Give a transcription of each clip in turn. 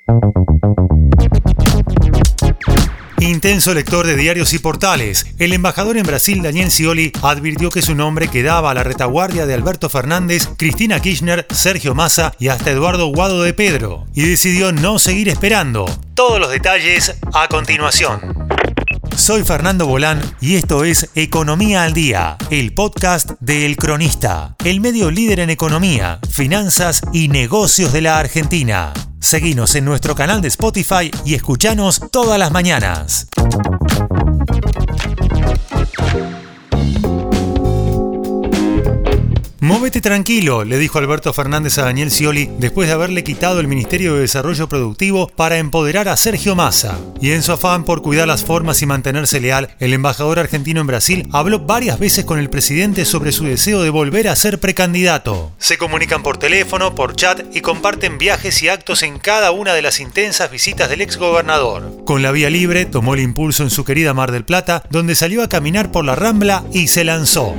Intenso lector de diarios y portales, el embajador en Brasil, Daniel Scioli, advirtió que su nombre quedaba a la retaguardia de Alberto Fernández, Cristina Kirchner, Sergio Massa y hasta Eduardo Guado de Pedro, y decidió no seguir esperando. Todos los detalles a continuación. Soy Fernando Bolán y esto es Economía al Día, el podcast de El Cronista, el medio líder en economía, finanzas y negocios de la Argentina. Seguinos en nuestro canal de Spotify y escuchanos todas las mañanas. Móvete tranquilo, le dijo Alberto Fernández a Daniel Scioli después de haberle quitado el Ministerio de Desarrollo Productivo para empoderar a Sergio Massa. Y en su afán por cuidar las formas y mantenerse leal, el embajador argentino en Brasil habló varias veces con el presidente sobre su deseo de volver a ser precandidato. Se comunican por teléfono, por chat y comparten viajes y actos en cada una de las intensas visitas del exgobernador. Con la vía libre, tomó el impulso en su querida Mar del Plata, donde salió a caminar por la Rambla y se lanzó.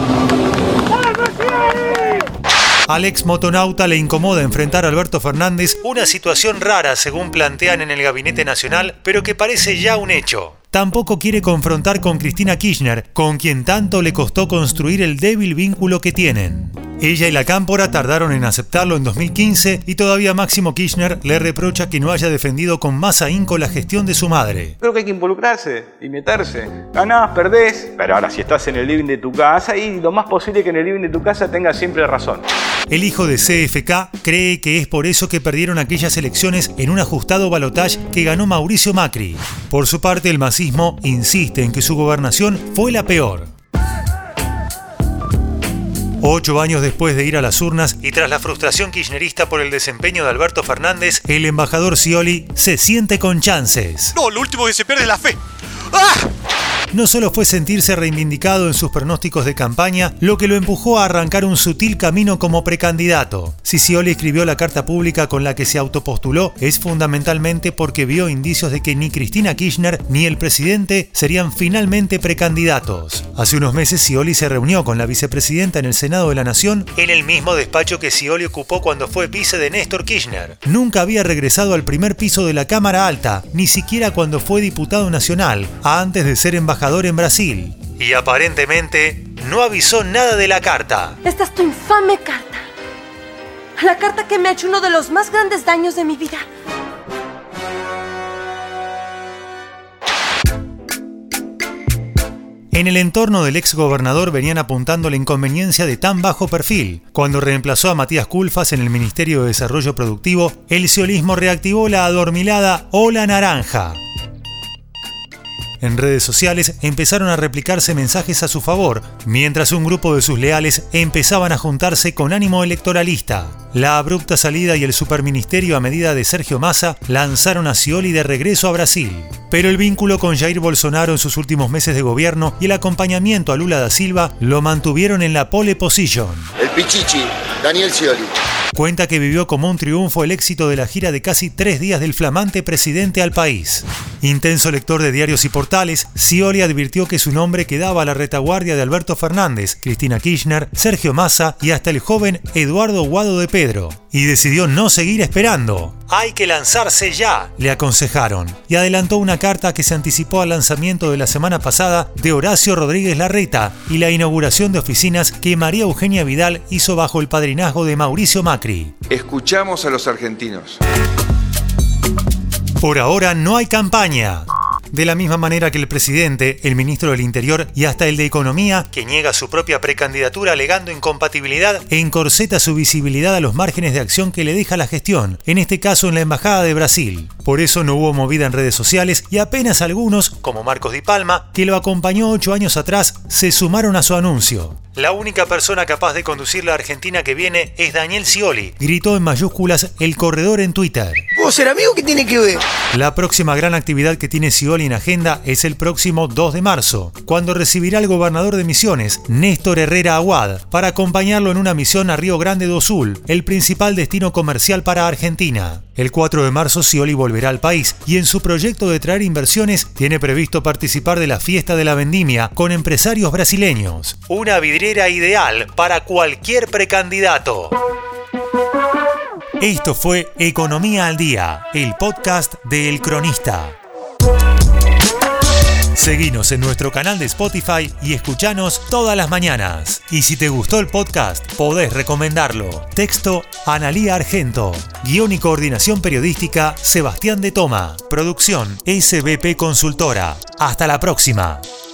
Al ex motonauta le incomoda enfrentar a Alberto Fernández, una situación rara según plantean en el Gabinete Nacional, pero que parece ya un hecho. Tampoco quiere confrontar con Cristina Kirchner, con quien tanto le costó construir el débil vínculo que tienen. Ella y la cámpora tardaron en aceptarlo en 2015 y todavía Máximo Kirchner le reprocha que no haya defendido con más ahínco la gestión de su madre. Creo que hay que involucrarse y meterse. Ganás, perdés, pero ahora si estás en el living de tu casa, y lo más posible que en el living de tu casa tengas siempre razón. El hijo de CFK cree que es por eso que perdieron aquellas elecciones en un ajustado balotaje que ganó Mauricio Macri. Por su parte, el masismo insiste en que su gobernación fue la peor. 8 años después de ir a las urnas y tras la frustración kirchnerista por el desempeño de Alberto Fernández, el embajador Scioli se siente con chances. No, lo último que se pierde es la fe. ¡Ah! No solo fue sentirse reivindicado en sus pronósticos de campaña, lo que lo empujó a arrancar un sutil camino como precandidato. Si Scioli escribió la carta pública con la que se autopostuló, es fundamentalmente porque vio indicios de que ni Cristina Kirchner ni el presidente serían finalmente precandidatos. Hace unos meses Scioli se reunió con la vicepresidenta en el Senado de la Nación, en el mismo despacho que Scioli ocupó cuando fue vice de Néstor Kirchner. Nunca había regresado al primer piso de la Cámara Alta, ni siquiera cuando fue diputado nacional, antes de ser embajador en Brasil. Y aparentemente no avisó nada de la carta. Esta es tu infame carta. La carta que me ha hecho uno de los más grandes daños de mi vida. En el entorno del exgobernador venían apuntando la inconveniencia de tan bajo perfil. Cuando reemplazó a Matías Culfas en el Ministerio de Desarrollo Productivo, el sciolismo reactivó la adormilada ola naranja. En redes sociales empezaron a replicarse mensajes a su favor, mientras un grupo de sus leales empezaban a juntarse con ánimo electoralista. La abrupta salida y el superministerio a medida de Sergio Massa lanzaron a Scioli de regreso a Brasil. Pero el vínculo con Jair Bolsonaro en sus últimos meses de gobierno y el acompañamiento a Lula da Silva lo mantuvieron en la pole position. El Pichichi, Daniel Scioli. Cuenta que vivió como un triunfo el éxito de la gira de casi 3 días del flamante presidente al país. Intenso lector de diarios y portales, Scioli advirtió que su nombre quedaba a la retaguardia de Alberto Fernández, Cristina Kirchner, Sergio Massa y hasta el joven Eduardo Guado de Pedro. Y decidió no seguir esperando. Hay que lanzarse ya, le aconsejaron. Y adelantó una carta que se anticipó al lanzamiento de la semana pasada de Horacio Rodríguez Larreta y la inauguración de oficinas que María Eugenia Vidal hizo bajo el padrinazgo de Mauricio Macri. Escuchamos a los argentinos. Por ahora no hay campaña. De la misma manera que el presidente, el ministro del Interior y hasta el de Economía, que niega su propia precandidatura alegando incompatibilidad, encorseta su visibilidad a los márgenes de acción que le deja la gestión, en este caso en la Embajada de Brasil. Por eso no hubo movida en redes sociales y apenas algunos, como Marcos Di Palma, que lo acompañó 8 años atrás, se sumaron a su anuncio. La única persona capaz de conducir la Argentina que viene es Daniel Scioli, gritó en mayúsculas el corredor en Twitter. ¿Puedo ser amigo? ¿Qué tiene que ver? La próxima gran actividad que tiene Scioli en agenda es el próximo 2 de marzo, cuando recibirá al gobernador de Misiones, Néstor Herrera Aguad, para acompañarlo en una misión a Río Grande do Sul, el principal destino comercial para Argentina. El 4 de marzo Scioli volverá al país y en su proyecto de traer inversiones tiene previsto participar de la fiesta de la vendimia con empresarios brasileños. Una vidriera ideal para cualquier precandidato. Esto fue Economía al Día, el podcast de El Cronista. Seguinos en nuestro canal de Spotify y escuchanos todas las mañanas. Y si te gustó el podcast, podés recomendarlo. Texto, Analía Argento. Guión y coordinación periodística, Sebastián de Toma. Producción, SBP Consultora. Hasta la próxima.